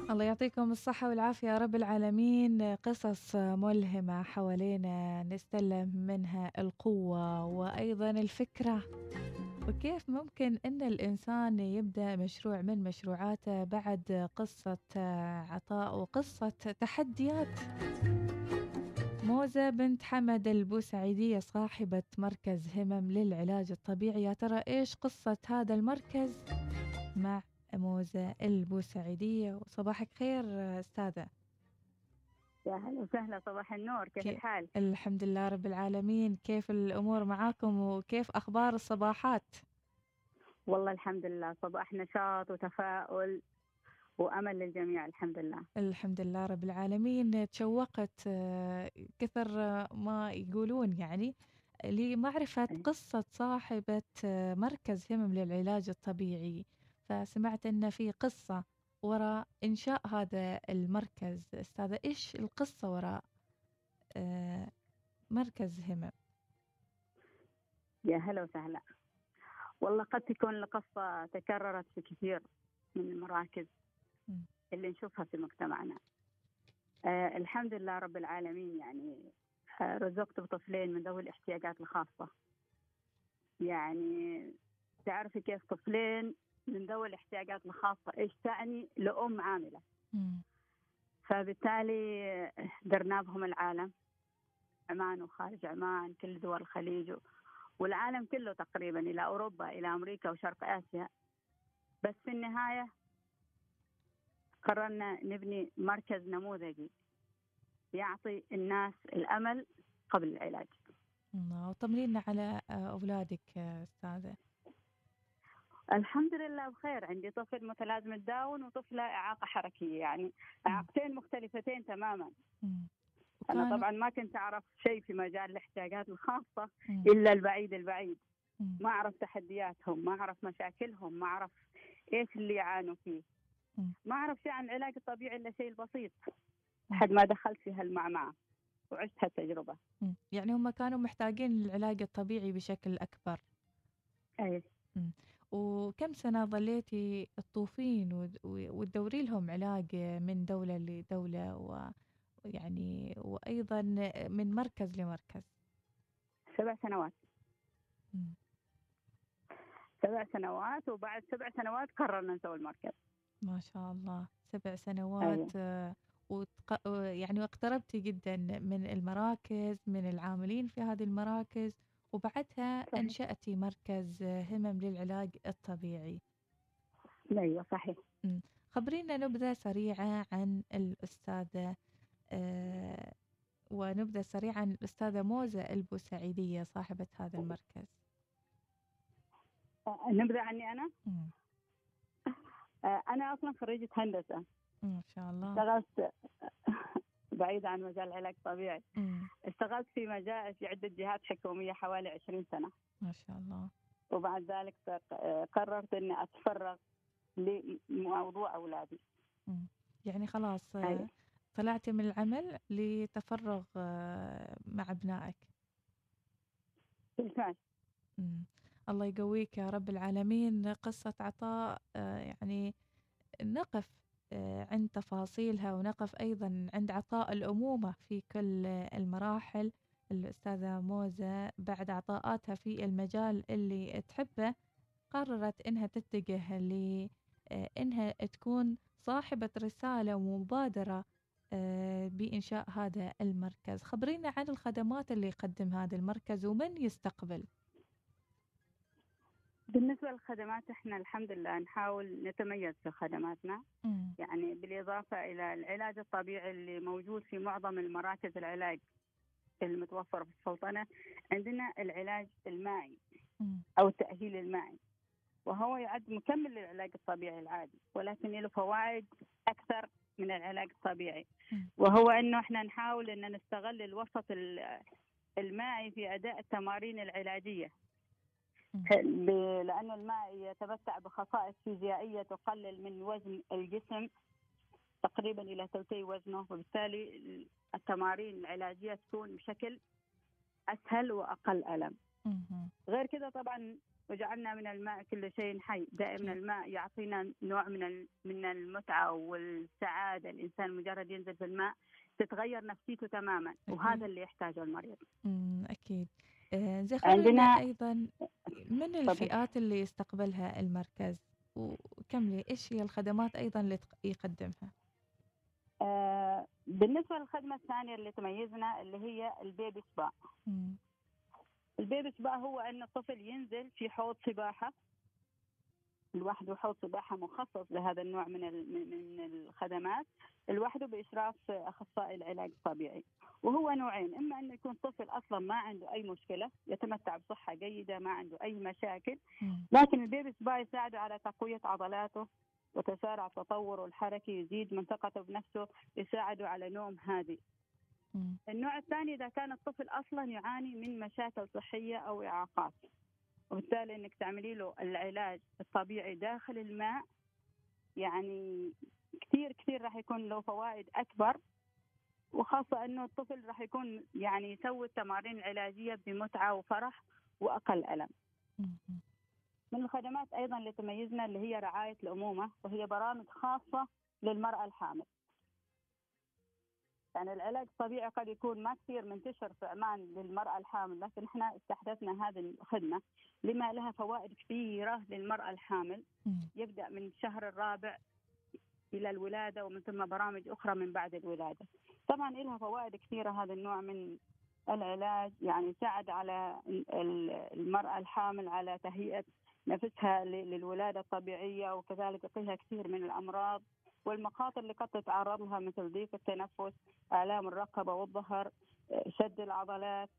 الله يعطيكم الصحة والعافية يا رب العالمين. قصص ملهمة حوالينا نستلم منها القوة وأيضا الفكرة، وكيف ممكن أن الإنسان يبدأ مشروع من مشروعاته بعد قصة عطاء وقصة تحديات. موزة بنت حمد البوسعيدية صاحبة مركز همم للعلاج الطبيعي، يا ترى إيش قصة هذا المركز مع موزة البوسعيدية؟ وصباحك خير أستاذة. يا هلا وسهلا، صباح النور، كيف كي... الحال؟ الحمد لله رب العالمين. كيف الأمور معاكم وكيف أخبار الصباحات؟ والله الحمد لله، صباح نشاط وتفاؤل وأمل للجميع، الحمد لله. الحمد لله رب العالمين. تشوقت كثر ما يقولون يعني لمعرفة أي. قصة صاحبة مركز همم للعلاج الطبيعي، فسمعت أن في قصة وراء إنشاء هذا المركز. أستاذة، إيش القصة وراء آه، مركز همم؟ يا هلا وسهلا. والله قد تكون القصة تكررت في كثير من المراكز مم. اللي نشوفها في مجتمعنا. الحمد لله رب العالمين، يعني رزقت بطفلين من ذوي الاحتياجات الخاصة. يعني تعرفي كيف طفلين من ذوي الاحتياجات الخاصة إيش تعني لأم عاملة. مم. فبالتالي درنا بهم العالم، عمان وخارج عمان، كل دول الخليج والعالم كله تقريبا، إلى أوروبا، إلى أمريكا وشرق آسيا. بس في النهاية قررنا نبني مركز نموذجي يعطي الناس الأمل قبل العلاج. وطمنينا على أولادك أستاذة. الحمد لله بخير، عندي طفل متلازمة داون وطفلة إعاقة حركية، يعني مم. إعاقتين مختلفتين تماما. مم. أنا وكانوا طبعا ما كنت أعرف شيء في مجال الاحتياجات الخاصة مم. إلا البعيد البعيد. مم. ما أعرف تحدياتهم، ما أعرف مشاكلهم، ما أعرف إيش اللي يعانوا فيه، مم. ما أعرف شيء عن العلاج الطبيعي إلا شيء بسيط مم. لحد ما دخلت في هالمعمعة وعشت هالتجربة. يعني هم كانوا محتاجين العلاج الطبيعي بشكل أكبر. أي. مم. وكم سنة ظليتي تطوفين وتدوري لهم علاج من دولة لدولة ويعني وأيضا من مركز لمركز؟ 7 سنوات. مم. 7 سنوات، وبعد 7 سنوات قررنا نسوي المركز. ما شاء الله، 7 سنوات. أي. يعني واقتربتي جدا من المراكز، من العاملين في هذه المراكز، وبعدها صحيح. أنشأتي مركز همم للعلاج الطبيعي. أيوة صحيح. مم. خبرينا نبذة سريعة عن الأستاذة آه ونبذة سريعة عن الأستاذة موزة البوسعيدية صاحبة هذا المركز. نبدأ عني أنا. مم. أنا أصلا خريجة هندسة. ما شاء الله. اشتغلت بعيد عن مجال العلاج الطبيعي. مم. اشتغلت في مجال في عدة جهات حكومية حوالي 20 سنة. ما شاء الله. وبعد ذلك قررت أني أتفرغ لموضوع أولادي. مم. يعني خلاص أي. طلعتي من العمل لتفرغ مع أبنائك. بالفعل. مم. الله يقويك يا رب العالمين. قصة عطاء يعني نقف عند تفاصيلها، ونقف أيضا عند عطاء الأمومة في كل المراحل. الأستاذة موزة بعد عطاءاتها في المجال اللي تحبه قررت إنها تتجه لإنها تكون صاحبة رسالة ومبادرة بإنشاء هذا المركز. خبرينا عن الخدمات اللي يقدم هذا المركز ومن يستقبل. بالنسبة للخدمات، احنا الحمد لله نحاول نتميز في خدماتنا. مم. يعني بالإضافة إلى العلاج الطبيعي اللي موجود في معظم المراكز العلاج المتوفرة في السلطنة، عندنا العلاج المائي مم. أو التأهيل المائي، وهو يعد مكمل للعلاج الطبيعي العادي، ولكن له فوائد أكثر من العلاج الطبيعي. مم. وهو إنه إحنا نحاول إن نستغل الوسط المائي في أداء التمارين العلاجية. مم. لأن الماء يتمتع بخصائص فيزيائية تقلل من وزن الجسم تقريبا إلى ثلثي وزنه، وبالتالي التمارين العلاجية تكون بشكل أسهل وأقل ألم. مم. غير كذا طبعا وجعلنا من الماء كل شيء حي. دائما أكيد. الماء يعطينا نوع من المتعة والسعادة. الإنسان مجرد ينزل في الماء تتغير نفسيته تماما، وهذا أكيد. اللي يحتاجه المريض. أكيد. زي خبرينا عندنا أيضا من طبعا الفئات اللي يستقبلها المركز، وكملي إيش هي الخدمات أيضا اللي يقدمها. بالنسبة للخدمة الثانية اللي تميزنا اللي هي البيبي سبا. مم. البيبي سبا هو أن الطفل ينزل في حوض سباحة لوحده، حوض سباحة مخصص لهذا النوع من الخدمات لوحده بإشراف أخصائي العلاج الطبيعي. وهو نوعين، إما أنه يكون طفل أصلا ما عنده أي مشكلة، يتمتع بصحة جيدة، ما عنده أي مشاكل، مم. لكن البيبي سبا يساعده على تقوية عضلاته وتسارع تطوره الحركي، يزيد من ثقته بنفسه، يساعده على نوم هادئ. مم. النوع الثاني إذا كان الطفل أصلا يعاني من مشاكل صحية أو إعاقات، وبالتالي انك تعملي له العلاج الطبيعي داخل الماء، يعني كثير كثير راح يكون له فوائد اكبر، وخاصه انه الطفل راح يكون يعني يسوي التمارين العلاجيه بمتعه وفرح واقل الم. مم. من الخدمات ايضا اللي تميزنا اللي هي رعايه الامومه، وهي برامج خاصه للمراه الحامل. يعني العلاج الطبيعي قد يكون ما كثير منتشر في عمان للمرأة الحامل، لكن احنا استحدثنا هذه الخدمة لما لها فوائد كثيرة للمرأة الحامل. مم. يبدأ من الشهر الرابع إلى الولادة، ومن ثم برامج أخرى من بعد الولادة. طبعا لها فوائد كثيرة هذا النوع من العلاج، يعني يساعد على المرأة الحامل على تهيئة نفسها للولادة الطبيعية، وكذلك يقيها كثير من الأمراض والمخاطر اللي قد تتعرض لها مثل ضيق التنفس، آلام الرقبة والظهر، شد العضلات.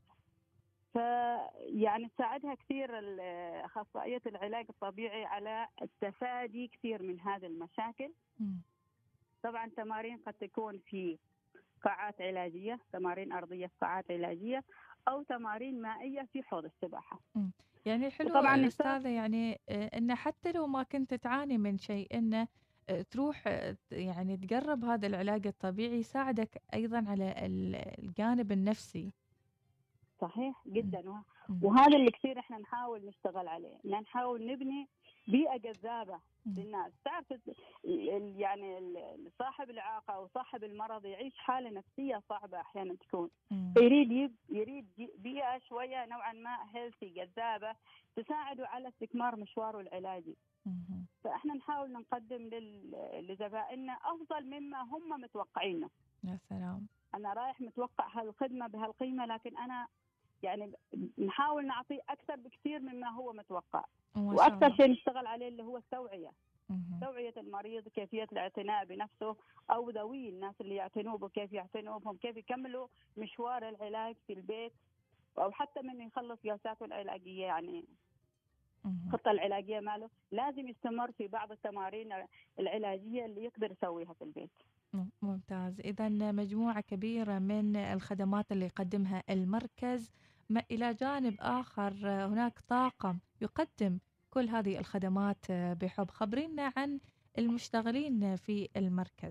فيعني تساعدها كثير أخصائية العلاج الطبيعي على التفادي كثير من هذه المشاكل. مم. طبعا تمارين قد تكون في قاعات علاجية، تمارين أرضية في قاعات علاجية، أو تمارين مائية في حوض السباحة. مم. يعني الحلو وطبعا أستاذة يعني إنه حتى لو ما كنت تعاني من شيء، إنه تروح يعني تقرب هذا العلاج الطبيعي يساعدك أيضا على الجانب النفسي. صحيح مم. جدا. مم. وهذا اللي كثير احنا نحاول نشتغل عليه، ان نحاول نبني بيئة جذابة مم. للناس. تعرف يعني صاحب الإعاقة أو صاحب المرض يعيش حالة نفسية صعبة أحيانا تكون، مم. يريد بيئة شوية نوعا ما هيلثي جذابة تساعده على استكمال مشواره العلاجي. مم. فاحنا نحاول نقدم لزبائننا أفضل مما هم متوقعينه. يا سلام. أنا رايح متوقع هالخدمة بهالقيمة، لكن أنا يعني نحاول نعطيه أكثر بكثير مما هو متوقع. ما شاء وأكثر الله. شيء نشتغل عليه اللي هو التوعية، مم. توعية المريض، كيفية الاعتناء بنفسه، أو ذوي الناس اللي يعتنوا به كيف يعتنوا بهم، كيف يكملوا مشوار العلاج في البيت، أو حتى من يخلص جلساته العلاجية، يعني مم. الخطة العلاجية ماله لازم يستمر في بعض التمارين العلاجية اللي يقدر يسويها في البيت. ممتاز. إذا مجموعة كبيرة من الخدمات اللي يقدمها المركز، إلى جانب آخر هناك طاقم يقدم كل هذه الخدمات بحب. خبرينا عن المشتغلين في المركز.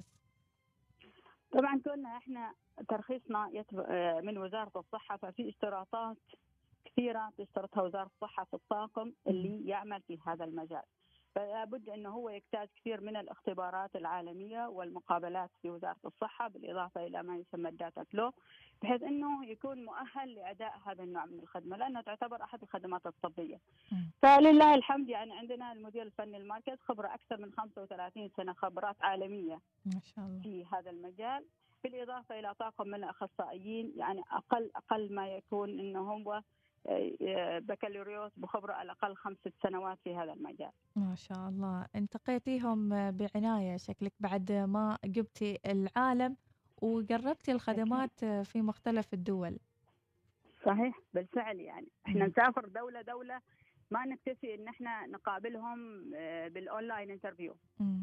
طبعا كنا احنا ترخيصنا من وزارة الصحة، ففي اشتراطات كثيرة تشترطها وزارة الصحة في الطاقم اللي يعمل في هذا المجال. فلابد أنه هو يجتاز كثير من الاختبارات العالمية والمقابلات في وزارة الصحة، بالإضافة إلى ما يسمى الداتا فلو، بحيث أنه يكون مؤهل لأداء هذا النوع من الخدمة، لأنها تعتبر أحد الخدمات الطبية. فلله الحمد يعني عندنا المدير الفني المركز خبرة أكثر من 35 سنة، خبرات عالمية ما شاء الله. في هذا المجال، بالإضافة إلى طاقم من الأخصائيين، يعني أقل ما يكون أنه هو بكالوريوس بخبرة على الأقل 5 سنوات في هذا المجال. ما شاء الله. انتقيتيهم بعناية شكلك بعد ما جبتي العالم وقربتي الخدمات في مختلف الدول. صحيح بالفعل. يعني احنا نسافر دولة دولة، ما نكتفي ان احنا نقابلهم بالاونلاين انترفيو،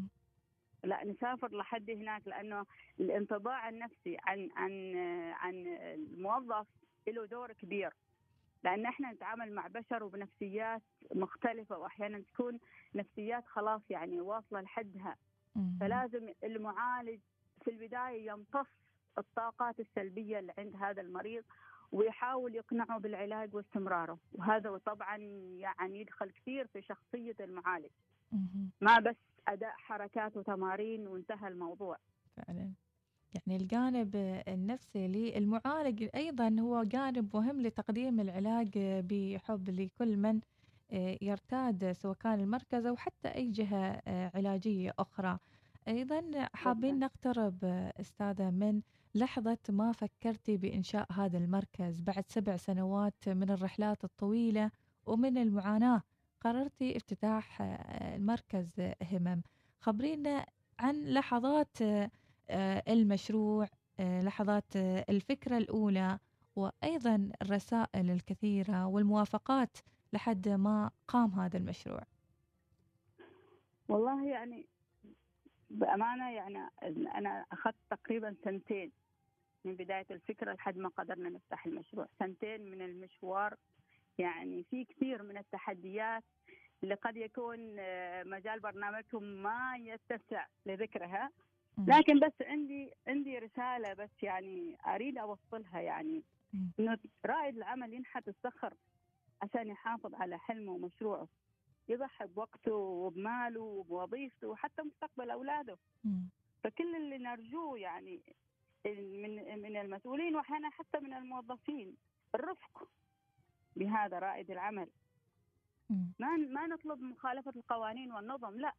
لا نسافر لحد هناك، لانه الانطباع النفسي عن الموظف له دور كبير، لان احنا نتعامل مع بشر وبنفسيات مختلفة، واحيانا تكون نفسيات خلاص يعني واصلة لحدها. فلازم المعالج في البداية يمتص الطاقات السلبية اللي عند هذا المريض، ويحاول يقنعه بالعلاج واستمراره، وهذا طبعا يعني يدخل كثير في شخصية المعالج، مهم. ما بس أداء حركات وتمارين وانتهى الموضوع. فعلا. يعني الجانب النفسي للمعالج أيضا هو جانب مهم لتقديم العلاج بحب لكل من يرتاد، سواء كان المركز أو حتى أي جهة علاجية أخرى. أيضا حابين جدا. نقترب أستاذة من لحظة ما فكرتي بإنشاء هذا المركز بعد 7 سنوات من الرحلات الطويلة ومن المعاناة، قررتي افتتاح المركز همم. خبرينا عن لحظات المشروع، لحظات الفكرة الأولى، وأيضا الرسائل الكثيرة والموافقات لحد ما قام هذا المشروع. والله يعني بأمانة يعني أنا أخذت تقريبا سنتين من بداية الفكرة لحد ما قدرنا نفتح المشروع، سنتين من المشوار. يعني في كثير من التحديات اللي قد يكون مجال برنامجكم ما يتسع لذكرها، لكن بس عندي رسالة بس يعني أريد أوصلها، يعني إنه رائد العمل ينحت الصخر عشان يحافظ على حلمه ومشروعه، يضحي بوقته وبماله وبوظيفته وحتى مستقبل أولاده. فكل اللي نرجوه يعني من المسؤولين وأحيانا حتى من الموظفين الرفق بهذا رائد العمل. ما نطلب مخالفة القوانين والنظم، لا،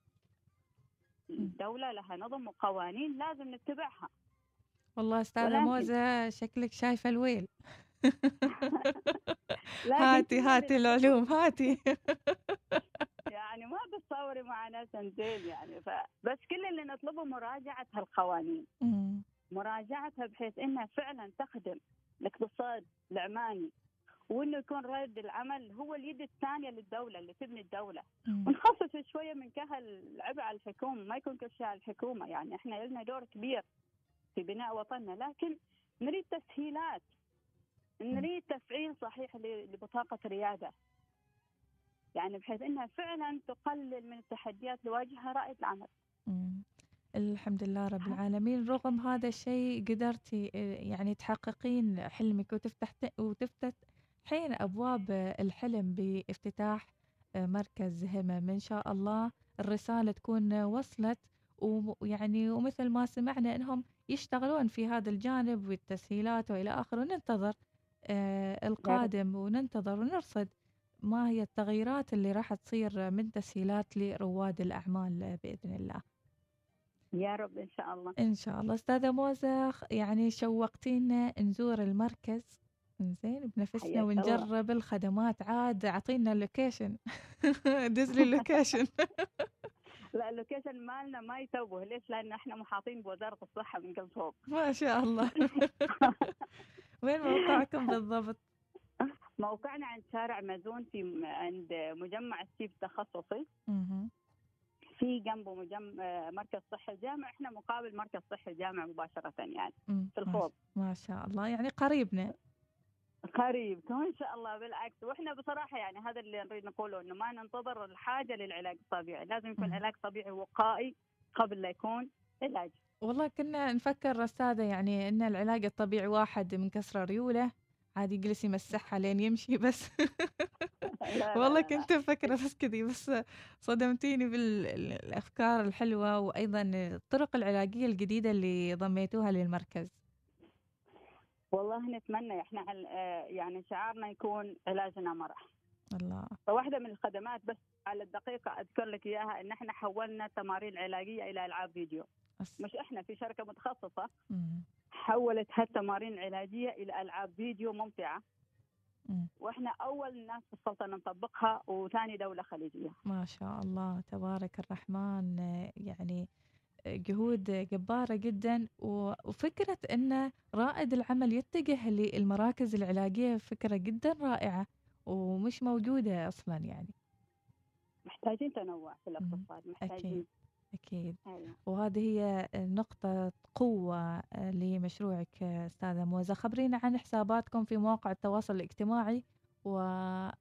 الدولة لها نظم وقوانين لازم نتبعها. والله أستاذة موزة شكلك شايفة الويل. هاتي العلوم هاتي. يعني ما تتصوري معنا سنتين يعني، بس كل اللي نطلبه مراجعة هالقوانين، مراجعتها بحيث انها فعلا تخدم الاقتصاد العماني، وانه يكون رائد العمل هو اليد الثانيه للدوله اللي تبني الدوله. ونخفف شويه من كهل العبء على الحكومه، ما يكون كل شيء على الحكومه. يعني احنا لنا دور كبير في بناء وطننا، لكن نريد تسهيلات، نريد تفعيل صحيح لبطاقه رياده، يعني بحيث انها فعلا تقلل من التحديات اللي يواجهها رائد العمل. الحمد لله رب العالمين. رغم هذا الشيء قدرتي يعني تحققين حلمك وتفتحين أبواب الحلم بافتتاح مركز همم. إن شاء الله الرسالة تكون وصلت، ويعني ومثل ما سمعنا إنهم يشتغلون في هذا الجانب والتسهيلات وإلى آخره. وننتظر القادم وننتظر ونرصد ما هي التغييرات اللي راح تصير من تسهيلات لرواد الأعمال بإذن الله. يا رب إن شاء الله. إن شاء الله. أستاذة موزة يعني شوقتينا نزور المركز، زين بنفسنا ونجرب الخدمات. عاد أعطينا اللوكيشن. دز لي اللوكيشن. لا اللوكيشن مالنا ما يتوه، ليش؟ لأن احنا محاطين بوزارة الصحة من قبل فوق. ما شاء الله. وين موقعكم بالضبط؟ موقعنا عند شارع مازون، عند مجمع السيف التخصصي. في جنبه مركز صحي الجامع، احنا مقابل مركز صحي الجامع مباشرة يعني في الخوض. ما شاء الله، يعني قريبنا. قريب ان شاء الله. بالعكس، واحنا بصراحة يعني هذا اللي نريد نقوله، انه ما ننتظر الحاجة للعلاج الطبيعي، لازم يكون علاج طبيعي وقائي قبل لا يكون علاج. والله كنا نفكر أستاذة يعني ان العلاج الطبيعي واحد من كسر ريوله عادي يجلس يمسحها لين يمشي بس. لا والله لا كنت أفكر بس كذي، بس صدمتيني بالأفكار الحلوة وأيضا الطرق العلاجية الجديدة اللي ضميتوها للمركز. والله نتمنى احنا يعني شعارنا يكون علاجنا مرح. الله. فواحدة من الخدمات بس على الدقيقة أذكر لك إياها، إن احنا حولنا تمارين علاجية إلى ألعاب فيديو. مش احنا، في شركة متخصصة حولت هالتمارين العلاجية إلى ألعاب فيديو ممتعة. واحنا اول ناس في السلطنه نطبقها، وثاني دوله خليجيه. ما شاء الله تبارك الرحمن. يعني جهود جباره جدا. وفكره ان رائد العمل يتجه للمراكز العلاجيه فكره جدا رائعه ومش موجوده اصلا. يعني محتاجين تنوع في الاقتصاد، محتاجين أكيد. وهذه هي نقطة قوة لمشروعك أستاذة موزة. خبرينا عن حساباتكم في مواقع التواصل الاجتماعي،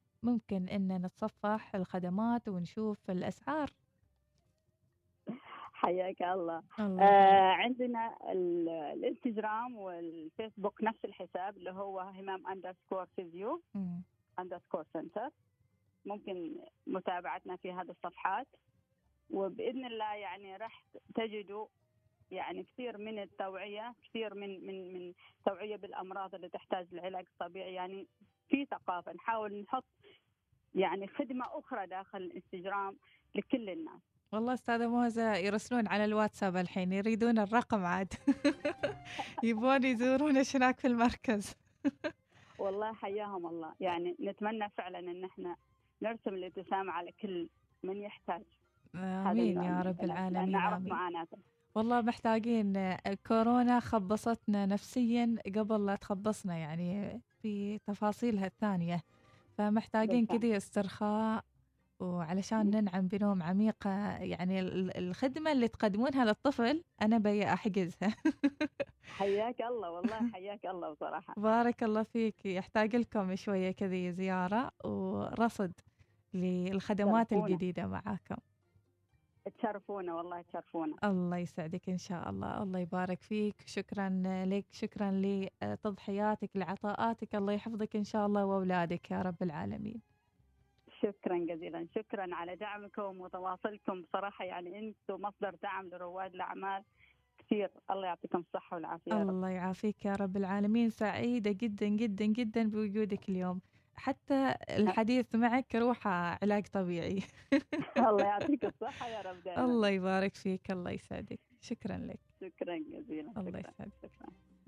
وممكن أن نتصفح الخدمات ونشوف الأسعار. حياك الله. الله يخليك. عندنا الانستغرام والفيسبوك نفس الحساب اللي هو همام اندرسكور فيزيو مم. اندرسكور سنتر. ممكن متابعتنا في هذه الصفحات، وبإذن الله يعني راح تجدوا يعني كثير من التوعية، كثير من توعية بالأمراض اللي تحتاج للعلاج الطبيعي. يعني في ثقافة نحاول نحط يعني خدمة أخرى داخل الانستغرام لكل الناس. والله أستاذة موزة يرسلون على الواتساب الحين يريدون الرقم عاد. يبون يزورون هناك في المركز. والله حياهم الله. يعني نتمنى فعلا ان احنا نرسم الابتسامة على كل من يحتاج هذا آمين النوع يا من رب العلاج، لأن العالمين، نعرف آمين. معاناته. والله محتاجين. كورونا خبصتنا نفسيا قبل لا تخبصنا يعني في تفاصيلها الثانية، فمحتاجين بالفعل. كذا استرخاء وعلشان ننعم بنوم عميق. يعني الخدمة اللي تقدمونها للطفل أنا بي أحجزها. حياك الله، والله حياك الله بصراحة. بارك الله فيك. يحتاج لكم شوية كذا زيارة ورصد للخدمات تشرفونا، الجديدة معاكم. تشرفونا والله تشرفونا. الله يسعدك إن شاء الله. الله يبارك فيك. شكرا لك، شكرا لتضحياتك لعطاءاتك. الله يحفظك إن شاء الله وأولادك يا رب العالمين. شكرا جزيلا، شكرا على دعمكم وتواصلكم. بصراحة يعني أنتم مصدر دعم لرواد الأعمال كثير. الله يعطيكم الصحة والعافية يا رب. الله يعافيك يا رب العالمين. سعيدة جدا جدا جدا بوجودك اليوم. حتى الحديث معك روحه علاج طبيعي. الله يعطيك الصحة يا رب دائما. الله يبارك فيك. الله يسعدك. شكرا لك. شكرا جزيلا. الله شكرا. يسعدك. شكرا.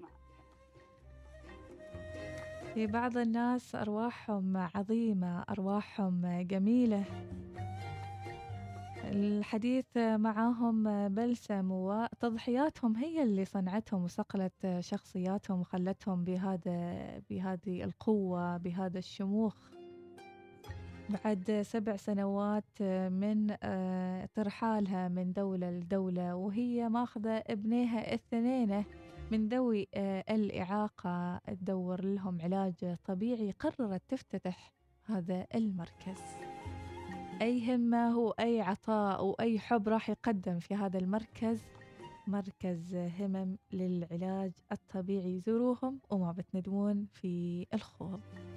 في بعض الناس أرواحهم عظيمة، أرواحهم جميلة. الحديث معاهم بلسم، وتضحياتهم هي اللي صنعتهم وصقلت شخصياتهم وخلتهم بهذه القوة، بهذا الشموخ. بعد 7 سنوات من ترحالها من دولة لدولة، وهي ماخذة ابنيها الثنينة من ذوي الإعاقة تدور لهم علاج طبيعي، قررت تفتتح هذا المركز. أي همة وأي عطاء وأي حب راح يقدم في هذا المركز، مركز همم للعلاج الطبيعي. زوروهم وما بتندمون في الخوض.